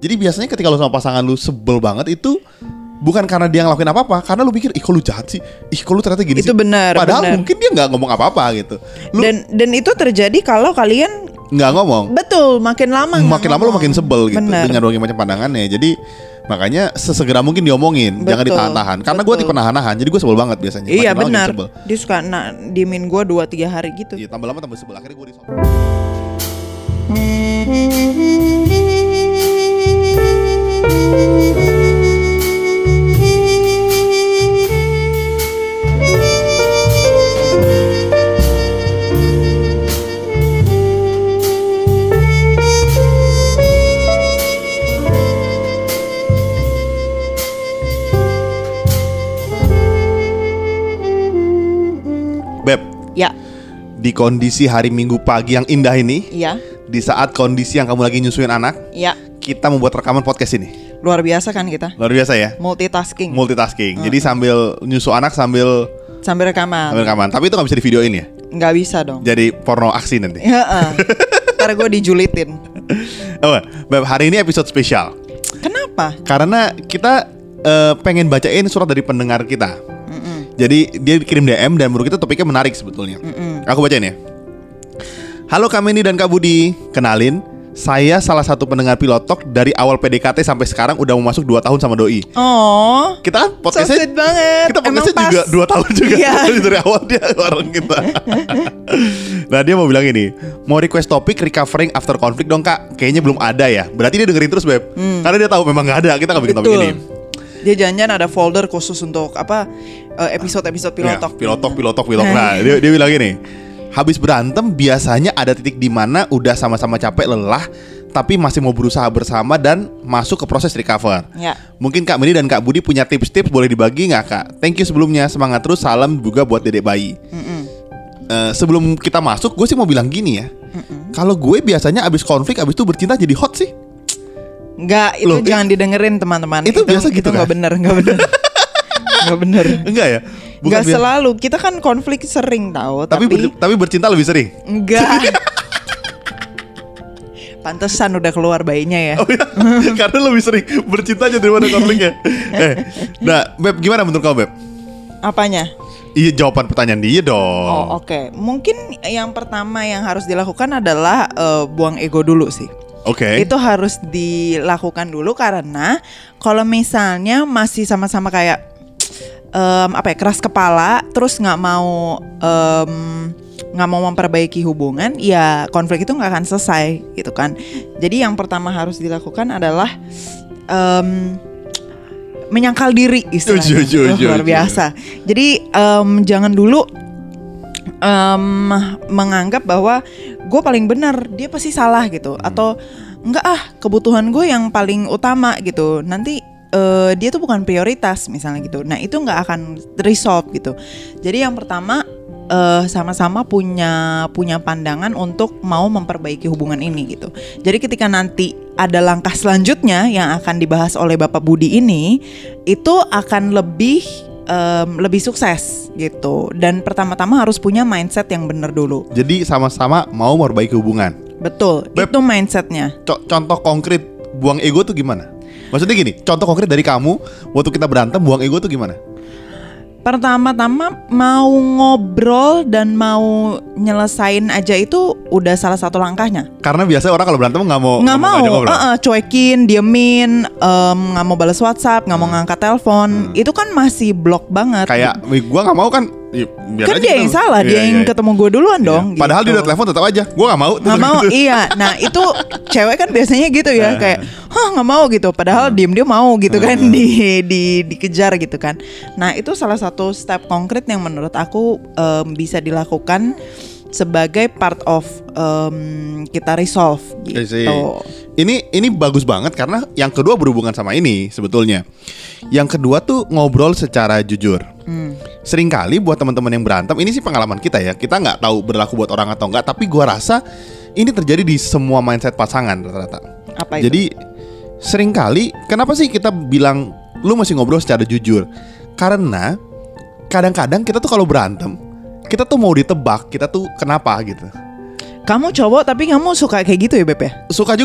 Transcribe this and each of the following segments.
Jadi biasanya ketika lu sama pasangan lu sebel banget itu bukan karena dia ngelakuin apa-apa, karena lu pikir, ih kok lu jahat sih, ih kok lu ternyata gini Itu sih. benar. Padahal mungkin dia nggak ngomong apa-apa gitu. Dan itu terjadi kalau kalian nggak ngomong. betul makin lama Lu makin sebel gitu bener. dengan berbagai macam pandangannya. Jadi makanya sesegera mungkin diomongin, Betul. jangan ditahan-tahan. Karena gue tipe nahan-nahan, jadi gue sebel banget biasanya. Iya Makin lama benar. makin sebel. Dia suka diemin gue 2-3 hari gitu. Iya, tambah lama tambah sebel. Akhirnya gue disokong. Beb, Ya. di kondisi hari Minggu pagi yang indah ini, Iya. di saat kondisi yang kamu lagi nyusuin anak, Ya. kita membuat rekaman podcast ini. Luar biasa kan kita. Luar biasa ya, multitasking. Jadi sambil nyusu anak sambil rekaman. rekaman. Tapi itu gak bisa di videoin ya. Nggak bisa dong. Jadi porno aksi nanti. Ntar gue dijulitin. Oh, Beb, hari ini episode spesial. Kenapa? Karena kita pengen bacain surat dari pendengar kita. Jadi dia kirim DM dan menurut kita topiknya menarik sebetulnya. Aku bacain ya. Halo Kak Meni dan Kak Budi. Kenalin, saya salah satu pendengar Pilotalk dari awal PDKT sampai sekarang udah mau masuk 2 tahun sama doi. Oh, Kita kan so podcastnya sweet banget. Kita podcastnya Emang juga pas. 2 tahun juga. Iya. Dari awal dia bareng kita. Nah dia mau bilang ini, mau request topik recovering after conflict dong Kak. Kayaknya belum ada ya. Berarti dia dengerin terus Beb. Karena dia tahu memang gak ada. Kita gak bikin topik ini. Dia janjian ada folder khusus untuk apa episode-episode Pilotalk. Ya, Pilotalk. Nah dia bilang gini, habis berantem biasanya ada titik di mana udah sama-sama capek lelah, tapi masih mau berusaha bersama dan masuk ke proses recover. Ya. Mungkin Kak Meni dan Kak Budi punya tips-tips, boleh dibagi nggak Kak? Thank you sebelumnya, semangat terus, salam juga buat dedek bayi. Sebelum kita masuk, gue sih mau bilang gini ya. Kalau gue biasanya abis konflik, abis itu bercinta jadi hot sih. Enggak, itu Loh, jangan didengerin teman-teman. itu biasa gitu itu nggak kan? benar. Nggak benar. Enggak ya? Nggak selalu. Kita kan konflik sering tahu, Tapi bercinta lebih sering. enggak. Pantesan udah keluar bayinya ya. Oh ya, karena lebih sering bercintanya daripada konfliknya. Nah, Beb, gimana menurut kamu Beb? Apanya? Iya, jawaban pertanyaan dia dong. Oh, oke. Mungkin yang pertama yang harus dilakukan adalah buang ego dulu sih. Oke. Itu harus dilakukan dulu karena kalau misalnya masih sama-sama kayak keras kepala, terus nggak mau memperbaiki hubungan, ya konflik itu nggak akan selesai gitu kan. Jadi yang pertama harus dilakukan adalah menyangkal diri istilahnya. Luar biasa. Jadi jangan dulu menganggap bahwa gue paling benar, dia pasti salah gitu, atau enggak kebutuhan gue yang paling utama gitu. Nanti dia tuh bukan prioritas misalnya gitu. Nah itu nggak akan resolve gitu. Jadi yang pertama sama-sama punya pandangan untuk mau memperbaiki hubungan ini gitu. Jadi ketika nanti ada langkah selanjutnya yang akan dibahas oleh Bapak Budi ini, itu akan lebih sukses gitu. Dan pertama-tama harus punya mindset yang benar dulu. Jadi sama-sama mau memperbaiki hubungan. Betul, Beb, itu mindsetnya. Contoh konkret buang ego tuh gimana? Maksudnya gini, contoh konkret dari kamu waktu kita berantem buang ego tuh gimana? Pertama-tama mau ngobrol dan mau nyelesain aja itu udah salah satu langkahnya. Karena biasanya orang kalau berantem nggak mau cuekin, diemin, nggak mau balas WhatsApp, nggak mau ngangkat telepon, itu kan masih blok banget. Kayak gue nggak mau kan, biar kan aja dia kita- yang salah, dia yang ketemu gue duluan dong. Padahal gitu. dia udah telepon tetap aja, gue nggak mau. Nggak mau, iya. Nah itu cewek kan biasanya gitu ya, kayak, nggak mau gitu. Padahal diem dia mau gitu kan, dikejar gitu kan. Nah itu salah satu step konkret yang menurut aku bisa dilakukan sebagai part of kita resolve gitu. Ini bagus banget karena yang kedua berhubungan sama ini sebetulnya. Yang kedua tuh ngobrol secara jujur. Seringkali buat teman-teman yang berantem, ini sih pengalaman kita ya. Kita nggak tahu berlaku buat orang atau enggak, tapi gua rasa ini terjadi di semua mindset pasangan rata-rata. Apa itu? Jadi seringkali kenapa sih kita bilang lu masih ngobrol secara jujur? Karena kadang-kadang kita tuh kalau berantem, kita tuh mau ditebak, kita tuh kenapa gitu. Kamu cowok tapi kamu suka kayak gitu ya Beb ya? Suka juga.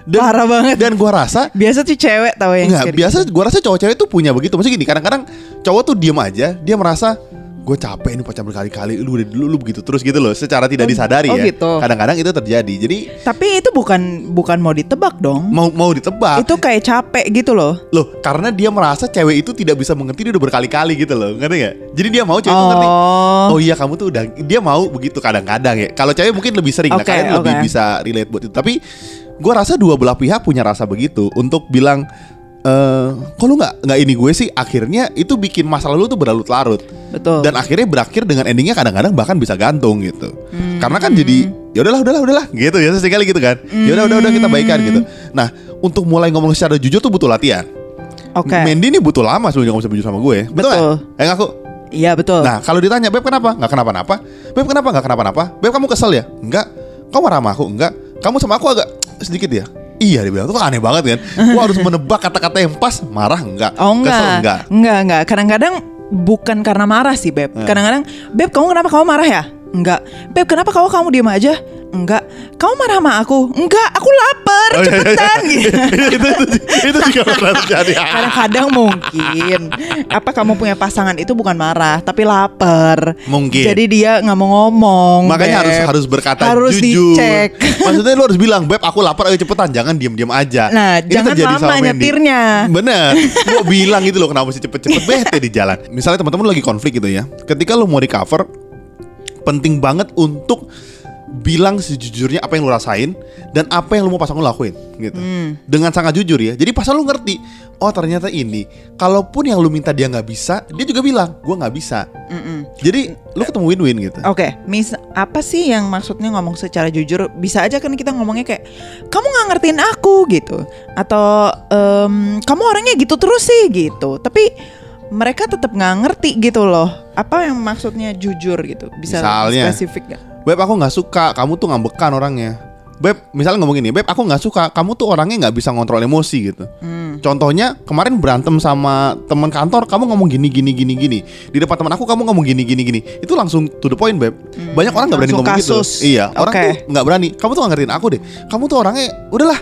Parah banget. Dan gue rasa biasa tuh cewek tahu yang enggak, biasa gue rasa cowok-cewek tuh punya begitu. Maksudnya gini, kadang-kadang cowok tuh diem aja, dia merasa gue capek nih pacaran berkali-kali, lu begitu terus gitu loh, secara tidak disadari ya. Gitu. Kadang-kadang itu terjadi. Jadi tapi itu bukan mau ditebak dong. Mau ditebak. Itu kayak capek gitu loh. Loh, karena dia merasa cewek itu tidak bisa mengerti, dia udah berkali-kali gitu loh. Ngerti gak? Jadi dia mau cewek itu ngerti. Oh iya, kamu tuh udah, dia mau begitu kadang-kadang ya. Kalau cewek mungkin lebih sering, nah kalian lebih bisa relate buat itu. Tapi gue rasa dua belah pihak punya rasa begitu untuk bilang, kok lu nggak ini gue sih. Akhirnya itu bikin masa lalu tuh berlarut-larut. Betul. Dan akhirnya berakhir dengan endingnya kadang-kadang bahkan bisa gantung gitu. Karena kan jadi ya udahlah gitu ya, sesekali gitu kan. Ya udah kita baikan gitu. Nah, untuk mulai ngomong secara jujur tuh butuh latihan. Mandy ini butuh lama sebelum ngomong jujur sama gue. Betul. Ngaku. Iya betul. Nah, kalau ditanya, Beb kenapa? Nggak kenapa-napa. Beb kenapa nggak kenapa-napa? Beb kamu kesel ya? Enggak. Kamu marah sama aku? Enggak. Kamu sama aku agak sedikit ya? Iya, dia bilang tuh aneh banget kan. Gua harus menebak kata-kata yang pas. Marah enggak? Kesel enggak. Kadang-kadang bukan karena marah sih, Beb. Kadang-kadang, Beb kamu kenapa kamu marah ya? Enggak. Beb kenapa kamu diam aja? Enggak. Kamu marah sama aku? Enggak, aku lapar. Cepetan gitu. Itu juga pernah terjadi. Kadang-kadang mungkin kamu punya pasangan itu bukan marah tapi lapar. Mungkin. Jadi dia nggak mau ngomong. Makanya harus berkata harus jujur. Dicek. Maksudnya lu harus bilang, Beb aku lapar, ayo cepetan, jangan diam-diam aja. Nah, ini jangan lama nyetirnya. Bener. Gua bilang gitu loh, kenapa sih cepet-cepet, bete di jalan. Misalnya teman-teman lagi konflik gitu ya. Ketika lu mau recover, penting banget untuk bilang sejujurnya apa yang lu rasain dan apa yang lu mau pasangan lu lakuin gitu. Dengan sangat jujur ya. Jadi pasangan lu ngerti, oh ternyata ini. Kalaupun yang lu minta dia nggak bisa, dia juga bilang gua nggak bisa. Jadi lu ketemu win-win gitu. Apa sih yang maksudnya ngomong secara jujur? Bisa aja kan kita ngomongnya kayak kamu nggak ngertiin aku gitu, atau kamu orangnya gitu terus sih gitu. Tapi mereka tetap nggak ngerti gitu loh. Apa yang maksudnya jujur gitu? Bisa misalnya, spesifik gak? Beb aku gak suka, kamu tuh ngambekan orangnya. Beb, misalnya ngomong gini, Beb aku gak suka, kamu tuh orangnya gak bisa ngontrol emosi gitu. Contohnya kemarin berantem sama teman kantor, kamu ngomong gini. Di depan teman aku kamu ngomong gini. Itu langsung to the point, Beb. Banyak orang gak berani ngomong kasus. gitu. Iya, orang tuh gak berani. Kamu tuh gak ngertiin aku deh. Kamu tuh orangnya, udahlah.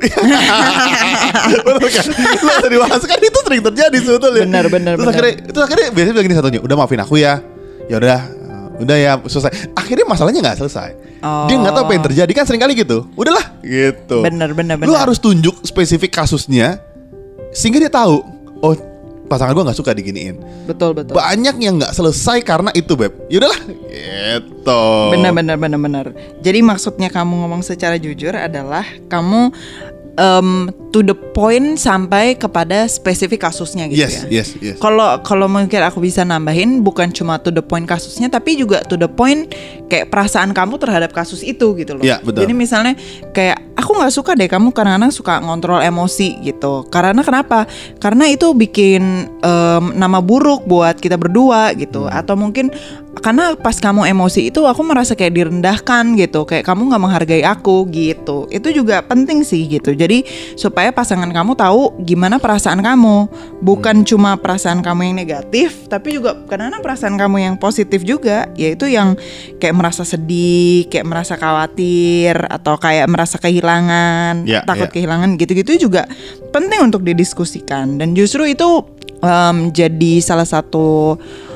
Bener kan? Lu harus dibahas kan, itu sering terjadi sebetulnya. Bener. Terus akhirnya biasanya bilang gini satunya, udah maafin aku ya. Ya udah ya selesai. Akhirnya masalahnya nggak selesai. Dia nggak tahu apa yang terjadi kan, sering kali gitu. Udahlah gitu. Bener. Lu harus tunjuk spesifik kasusnya sehingga dia tahu. Oh pasangan gue nggak suka diginiin. Betul. Banyak yang nggak selesai karena itu, Beb. Ya udahlah gitu. Bener. Jadi maksudnya kamu ngomong secara jujur adalah kamu to the point sampai kepada spesifik kasusnya gitu. Yes. Kalau mungkin aku bisa nambahin, bukan cuma to the point kasusnya, tapi juga to the point kayak perasaan kamu terhadap kasus itu gitu loh. Yeah, betul. Jadi misalnya kayak aku nggak suka deh kamu kadang-kadang suka ngontrol emosi gitu. Karena kenapa? Karena itu bikin nama buruk buat kita berdua gitu. Atau mungkin karena pas kamu emosi itu aku merasa kayak direndahkan gitu, kayak kamu nggak menghargai aku gitu. Itu juga penting sih gitu. Jadi supaya pasangan kamu tahu gimana perasaan kamu, bukan cuma perasaan kamu yang negatif, tapi juga kadang-kadang perasaan kamu yang positif juga, yaitu yang kayak merasa sedih, kayak merasa khawatir, atau kayak merasa kehilangan, takut kehilangan, gitu-gitu juga penting untuk didiskusikan. Dan justru itu jadi salah satu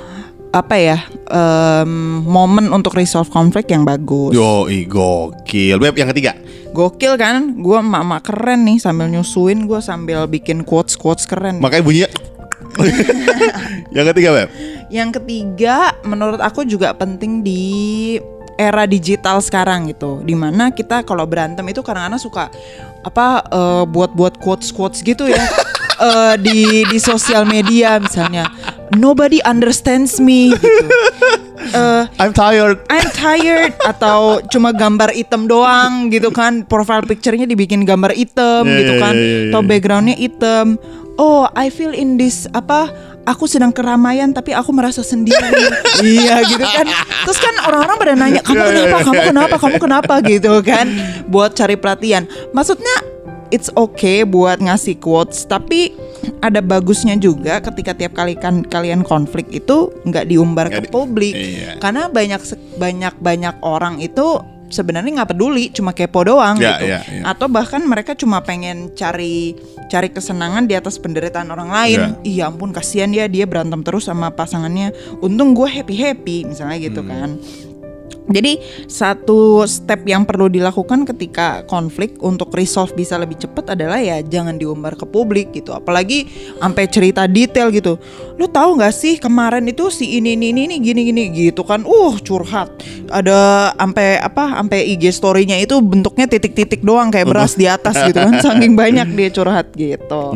momen untuk resolve konflik yang bagus. Gokil. Beb, yang ketiga. Gokil kan? Gue emak-emak keren nih, sambil nyusuin gue sambil bikin quotes keren. Makanya bunyinya. Yang ketiga, Beb. Yang ketiga menurut aku juga penting di era digital sekarang gitu, dimana kita kalau berantem itu kadang-kadang suka buat quotes gitu ya. Di sosial media misalnya, nobody understands me gitu. I'm tired atau cuma gambar item doang gitu kan, profile picture-nya dibikin gambar item gitu kan, atau background-nya item. Oh, I feel in this aku sedang keramaian tapi aku merasa sendiri. Iya gitu kan. Terus kan orang-orang pada nanya, kamu kenapa gitu kan, buat cari perhatian. Maksudnya it's okay buat ngasih quotes, tapi ada bagusnya juga ketika tiap kali kalian konflik itu nggak diumbar ke publik. Karena banyak orang itu sebenarnya nggak peduli, cuma kepo doang gitu. Ya. Atau bahkan mereka cuma pengen cari kesenangan di atas penderitaan orang lain. Iya ampun kasihan ya dia berantem terus sama pasangannya. Untung gue happy misalnya gitu kan. Jadi satu step yang perlu dilakukan ketika konflik untuk resolve bisa lebih cepat adalah ya jangan diumbar ke publik gitu. Apalagi sampai cerita detail gitu. Lu tahu nggak sih kemarin itu si ini gini gitu kan. Curhat. Ada sampai IG story-nya itu bentuknya titik-titik doang kayak beras di atas gitu kan. Saking banyak dia curhat gitu.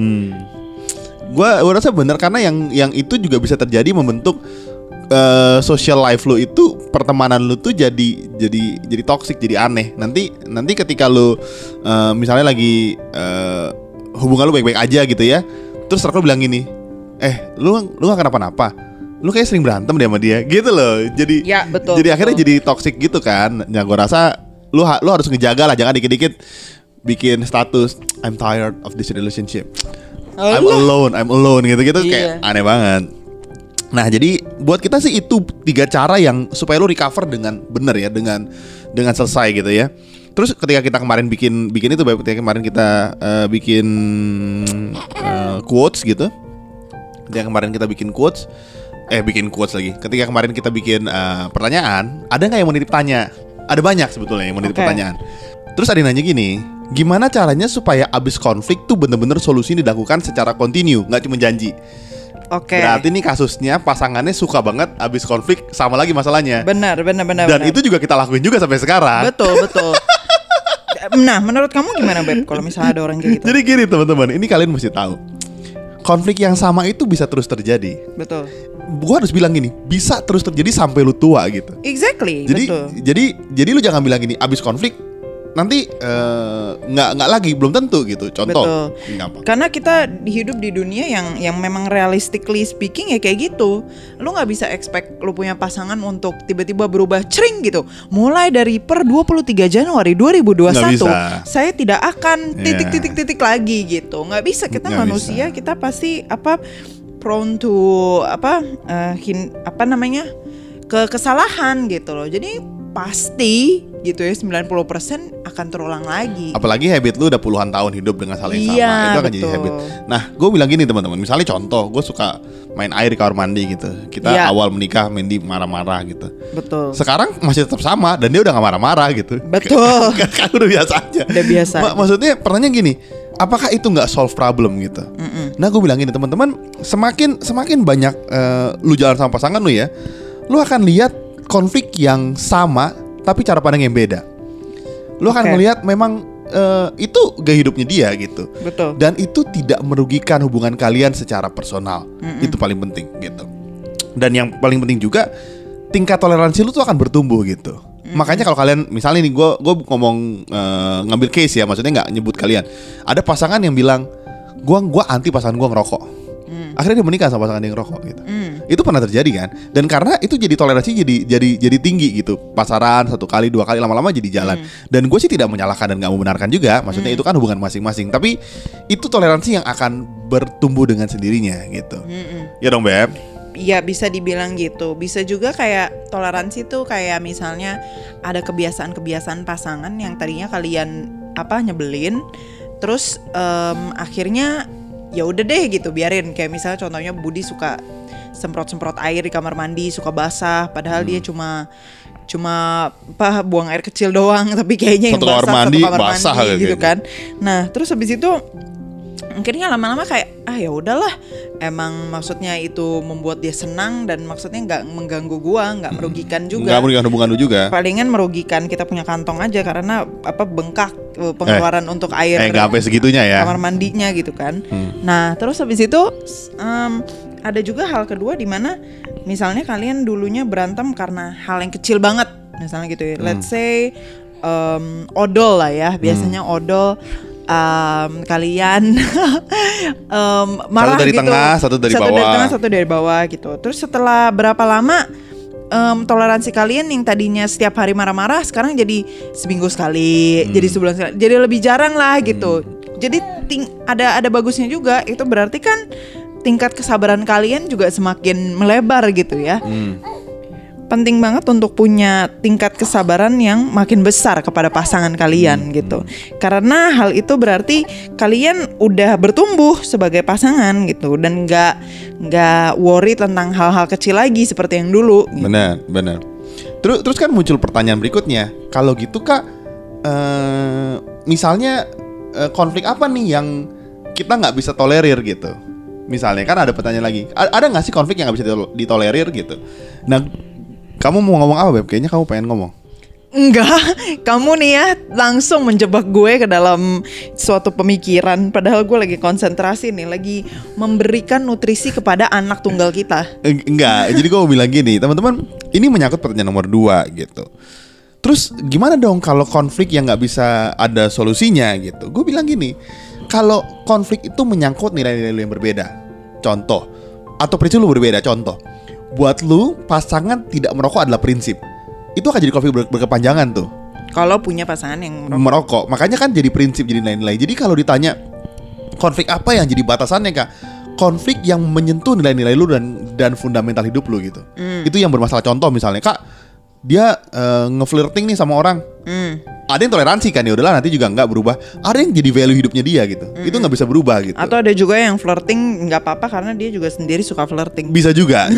Gua rasa benar karena yang itu juga bisa terjadi membentuk social life lu itu, pertemanan lu tuh jadi toxic, jadi aneh. Nanti ketika lu misalnya lagi hubungan lu baik-baik aja gitu ya, terus circle bilang gini, lu gak kenapa-napa, lu kayak sering berantem deh sama dia gitu loh. Jadi ya, betul, jadi akhirnya jadi toxic gitu kan. Ya gue rasa lu harus ngejaga lah, jangan dikit-dikit bikin status I'm tired of this relationship, I'm alone gitu-gitu. Kayak aneh banget. Nah jadi buat kita sih itu 3 cara yang supaya lu recover dengan bener ya, dengan selesai gitu ya. Terus ketika kita kemarin bikin itu, ketika kemarin kita bikin quotes gitu. Ketika kemarin kita bikin quotes lagi. Ketika kemarin kita bikin pertanyaan, ada nggak yang mau nitip tanya? Ada banyak sebetulnya yang mau nitip pertanyaan. Terus ada yang nanya gini, gimana caranya supaya abis konflik tuh bener-bener solusi dilakukan secara kontinu, nggak cuma janji. Berarti nih kasusnya pasangannya suka banget abis konflik sama lagi masalahnya. Benar. Dan itu juga kita lakuin juga sampai sekarang. Betul. Nah, menurut kamu gimana Beb kalau misalnya ada orang kayak gitu? Jadi gini teman-teman, ini kalian mesti tahu. Konflik yang sama itu bisa terus terjadi. Betul. Gua harus bilang gini, bisa terus terjadi sampai lu tua gitu. Exactly. Betul. Jadi lu jangan bilang gini, abis konflik nanti nggak lagi, belum tentu gitu. Contoh, karena kita hidup di dunia yang memang realistically speaking ya kayak gitu. Lu nggak bisa expect lu punya pasangan untuk tiba-tiba berubah cering gitu. Mulai dari per 23 Januari 2021 saya tidak akan titik lagi gitu. Nggak bisa, kita nggak manusia bisa. Kita pasti prone to kesalahan gitu loh. Jadi pasti gitu ya 90% akan terulang lagi. Apalagi habit lu udah puluhan tahun hidup dengan hal yang sama, itu akan jadi habit. Nah, gue bilang gini teman-teman, misalnya contoh, gue suka main air di kamar mandi gitu. Kita awal menikah Mandy marah-marah gitu. Betul. Sekarang masih tetap sama dan dia udah gak marah-marah gitu. Betul. Kan udah biasa aja. Udah biasa. Maksudnya pertanyaan gini, apakah itu nggak solve problem gitu? Nah, gue bilang gini teman-teman, semakin banyak lu jalan sama pasangan lu ya, lu akan lihat konflik yang sama tapi cara pandang yang beda. Lu akan melihat memang itu gaya hidupnya dia gitu. Betul. Dan itu tidak merugikan hubungan kalian secara personal. Itu paling penting gitu. Dan yang paling penting juga tingkat toleransi lu tuh akan bertumbuh gitu. Makanya kalau kalian misalnya nih, gue ngomong ngambil case ya, maksudnya nggak nyebut kalian. Ada pasangan yang bilang gue anti pasangan gue ngerokok. Akhirnya dia menikah sama pasangan yang ngerokok gitu. Itu pernah terjadi kan? Dan karena itu jadi toleransi jadi tinggi gitu. Pasaran 1 kali 2 kali, lama-lama jadi jalan. Dan gue sih tidak menyalahkan dan nggak membenarkan juga. Maksudnya itu kan hubungan masing-masing. Tapi itu toleransi yang akan bertumbuh dengan sendirinya gitu. Ya dong Beb. Iya, bisa dibilang gitu. Bisa juga kayak toleransi tuh kayak misalnya ada kebiasaan-kebiasaan pasangan yang tadinya kalian nyebelin, terus akhirnya ya udah deh gitu, biarin. Kayak misalnya contohnya Budi suka semprot-semprot air di kamar mandi, suka basah, padahal dia cuma buang air kecil doang, tapi kayaknya yang basah satu kamar mandi gitu kan. Nah, terus habis itu akhirnya lama-lama kayak ya udahlah, emang maksudnya itu membuat dia senang dan maksudnya nggak mengganggu gua, nggak merugikan juga, nggak merugikan hubungan lu juga, palingan merugikan kita punya kantong aja karena bengkak pengeluaran untuk air nggak sampai segitunya ya kamar mandinya gitu kan. Nah terus habis itu ada juga hal kedua di mana misalnya kalian dulunya berantem karena hal yang kecil banget misalnya gitu ya, let's say odol lah ya, biasanya odol. Kalian marah satu dari gitu, tengah, satu dari bawah, satu dari bawah gitu. Terus setelah berapa lama toleransi kalian yang tadinya setiap hari marah-marah sekarang jadi seminggu sekali, jadi sebulan sekali, jadi lebih jarang lah gitu. Jadi ada bagusnya juga, itu berarti kan tingkat kesabaran kalian juga semakin melebar gitu ya. penting banget untuk punya tingkat kesabaran yang makin besar kepada pasangan kalian gitu. Karena hal itu berarti kalian udah bertumbuh sebagai pasangan gitu dan nggak worry tentang hal-hal kecil lagi seperti yang dulu. Gitu. Benar. Terus kan muncul pertanyaan berikutnya. Kalau gitu Kak, misalnya konflik apa nih yang kita nggak bisa tolerir gitu? Misalnya kan ada pertanyaan lagi. Ada nggak sih konflik yang nggak bisa ditolerir gitu? Nah, kamu mau ngomong apa Beb? Kayaknya kamu pengen ngomong. Enggak, kamu nih ya langsung menjebak gue ke dalam suatu pemikiran. Padahal gue lagi konsentrasi nih, lagi memberikan nutrisi kepada anak tunggal kita. Enggak, jadi gue mau bilang gini, teman-teman, ini menyangkut pertanyaan nomor 2 gitu. Terus gimana dong kalau konflik yang gak bisa ada solusinya gitu? Gue bilang gini, kalau konflik itu menyangkut nilai-nilai lu yang berbeda, contoh, atau prinsip lu berbeda, contoh, buat lu pasangan tidak merokok adalah prinsip, itu akan jadi konflik berkepanjangan tuh. Kalau punya pasangan yang merokok, makanya kan jadi prinsip, jadi nilai-nilai. Jadi kalau ditanya konflik apa yang jadi batasannya Kak, konflik yang menyentuh nilai-nilai lu dan fundamental hidup lu gitu. Itu yang bermasalah. Contoh misalnya Kak, dia ngeflirting nih sama orang. Ada yang toleransi kan, ya udahlah nanti juga nggak berubah. Ada yang jadi value hidupnya dia gitu. Itu nggak bisa berubah gitu. Atau ada juga yang flirting nggak apa-apa karena dia juga sendiri suka flirting. Bisa juga.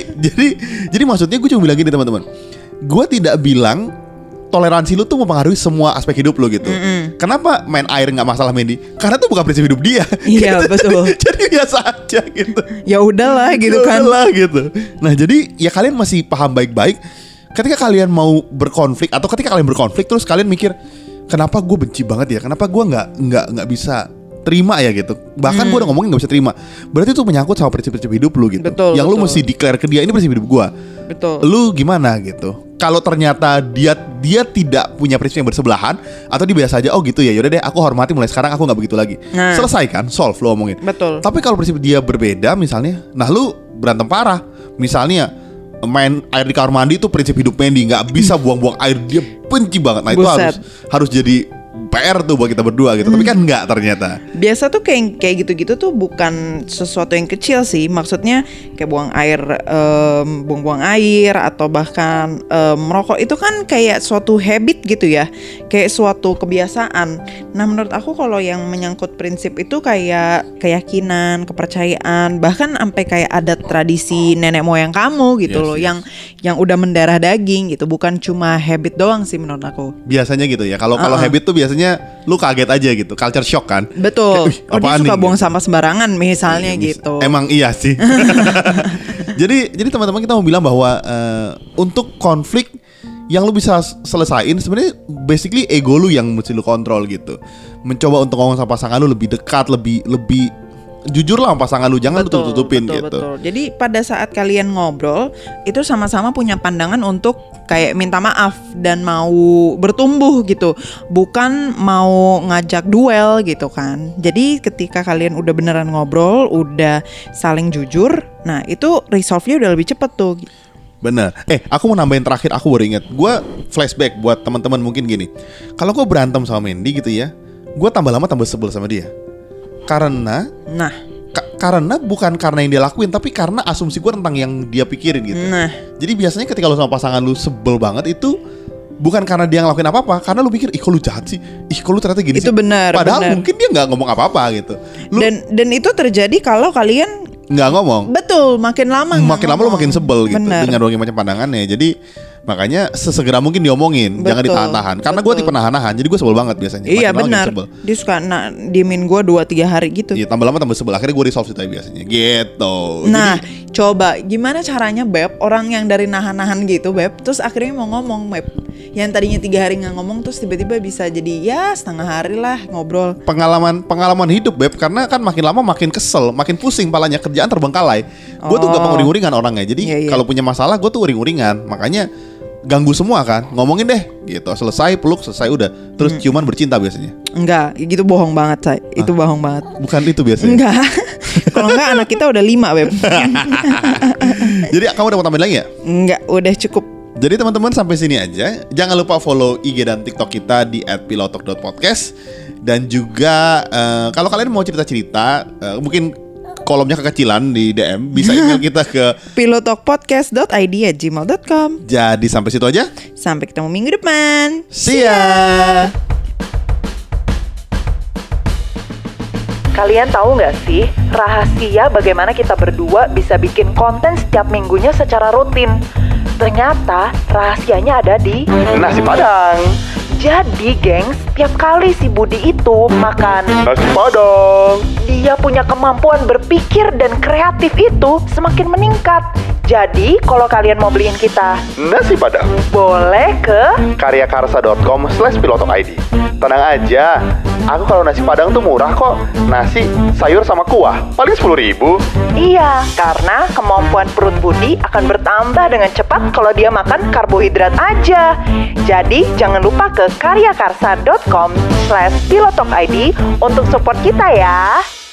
jadi maksudnya gue cuma bilang gini teman-teman. Gue tidak bilang toleransi lu tuh mempengaruhi semua aspek hidup lu gitu. Kenapa main air nggak masalah Mendy? Karena itu bukan prinsip hidup dia. Iya betul. Jadi biasa aja gitu. Ya udahlah gitu kan. Udahlah gitu. Nah jadi ya kalian masih paham baik-baik. Ketika kalian mau berkonflik atau ketika kalian berkonflik terus kalian mikir kenapa gue benci banget ya, kenapa gue nggak bisa terima ya gitu. Bahkan gue udah ngomongin nggak bisa terima. Berarti itu menyangkut sama prinsip-prinsip hidup lu gitu. Betul, yang lu mesti declare ke dia ini prinsip hidup gue. Betul. Lu gimana gitu? Kalau ternyata dia tidak punya prinsip yang bersebelahan atau dia biasa aja, oh gitu ya, yaudah deh aku hormati mulai sekarang aku nggak begitu lagi. Selesai kan, solve lu omongin. Betul. Tapi kalau prinsip dia berbeda misalnya, nah lu berantem parah. Misalnya main air di kamar mandi itu prinsip hidup Mendy, nggak bisa buang-buang air, dia benci banget. Nah itu harus jadi PR tuh buat kita berdua gitu. Tapi kan enggak ternyata. Biasa tuh kayak gitu-gitu tuh bukan sesuatu yang kecil sih. Maksudnya kayak buang-buang air atau bahkan merokok itu kan kayak suatu habit gitu ya. Kayak suatu kebiasaan. Nah menurut aku kalau yang menyangkut prinsip itu kayak keyakinan, kepercayaan, bahkan sampai kayak adat tradisi nenek moyang kamu gitu loh. Yang udah mendarah daging gitu. Bukan cuma habit doang sih menurut aku. Biasanya gitu ya. Kalau habit tuh biasanya lu kaget aja gitu, culture shock kan. Betul. Dia suka buang sampah sembarangan misalnya gitu. Emang iya sih. Jadi teman-teman kita mau bilang bahwa untuk konflik yang lu bisa selesain sebenarnya basically ego lu yang mesti lu kontrol gitu. Mencoba untuk ngomong sama pasangan lu lebih dekat, lebih jujur lah sama pasangan lu, jangan lu tutupin gitu. Betul. Jadi pada saat kalian ngobrol itu sama-sama punya pandangan untuk kayak minta maaf dan mau bertumbuh gitu, bukan mau ngajak duel gitu kan. Jadi ketika kalian udah beneran ngobrol, udah saling jujur, nah itu resolve-nya udah lebih cepet tuh. Bener. Aku mau nambahin terakhir, aku baru inget. Gue flashback buat teman-teman mungkin gini. Kalau gue berantem sama Mendy gitu ya, gue tambah lama tambah sebel sama dia. Karena bukan karena yang dia lakuin, tapi karena asumsi gue tentang yang dia pikirin gitu. Jadi biasanya ketika lu sama pasangan lu sebel banget itu bukan karena dia ngelakuin apa-apa, karena lu pikir, ih kok lu jahat sih, ih kok lu ternyata gini itu sih. Benar. Padahal mungkin dia nggak ngomong apa-apa gitu. Dan itu terjadi kalau kalian nggak ngomong. Betul, makin lama lu makin sebel gitu. Bener. Dengan berbagai macam pandangannya. Jadi makanya sesegera mungkin diomongin. Betul. Jangan ditahan-tahan. Karena gue tipe nahan-nahan, jadi gue sebel banget biasanya. Iya benar. Dia suka diemin gue 2-3 hari gitu. Iya, tambah lama tambah sebel. Akhirnya gue resolve itu biasanya gitu. Nah jadi, coba gimana caranya Beb, orang yang dari nahan-nahan gitu Beb, terus akhirnya mau ngomong Beb, yang tadinya 3 hari gak ngomong terus tiba-tiba bisa jadi ya setengah hari lah ngobrol. Pengalaman hidup Beb. Karena kan makin lama makin kesel, makin pusing palanya, kerjaan terbengkalai. Gue tuh gampang uring-uringan orangnya. Jadi kalau punya masalah gue tuh uring-uringan. Makanya ganggu semua kan, ngomongin deh gitu, selesai peluk, selesai udah, terus ciuman bercinta biasanya. Enggak, gitu bohong banget say. Itu bohong banget. Bukan itu biasanya. Enggak. Kalau enggak anak kita udah 5 Beb. Jadi kamu udah mau tambahin lagi ya? Enggak, udah cukup. Jadi teman-teman sampai sini aja. Jangan lupa follow IG dan TikTok kita di @pilotalk.podcast. Dan juga kalau kalian mau cerita-cerita, mungkin kolomnya kekecilan di DM, bisa email kita ke pilotalkpodcast.id@gmail.com. Jadi sampai situ aja. Sampai ketemu minggu depan. See ya. Kalian tahu nggak sih rahasia bagaimana kita berdua bisa bikin konten setiap minggunya secara rutin? Ternyata rahasianya ada di Nasi Padang. Jadi gengs, tiap kali si Budi itu makan Nasi Padang, dia punya kemampuan berpikir dan kreatif itu semakin meningkat. Jadi kalau kalian mau beliin kita Nasi Padang, boleh ke karyakarsa.com/pilotokid. Tenang aja, aku kalau nasi Padang tuh murah kok. Nasi, sayur sama kuah, paling 10.000. Iya, karena kemampuan perut Budi akan bertambah dengan cepat kalau dia makan karbohidrat aja. Jadi jangan lupa ke karyakarsa.com/pilotokid untuk support kita ya.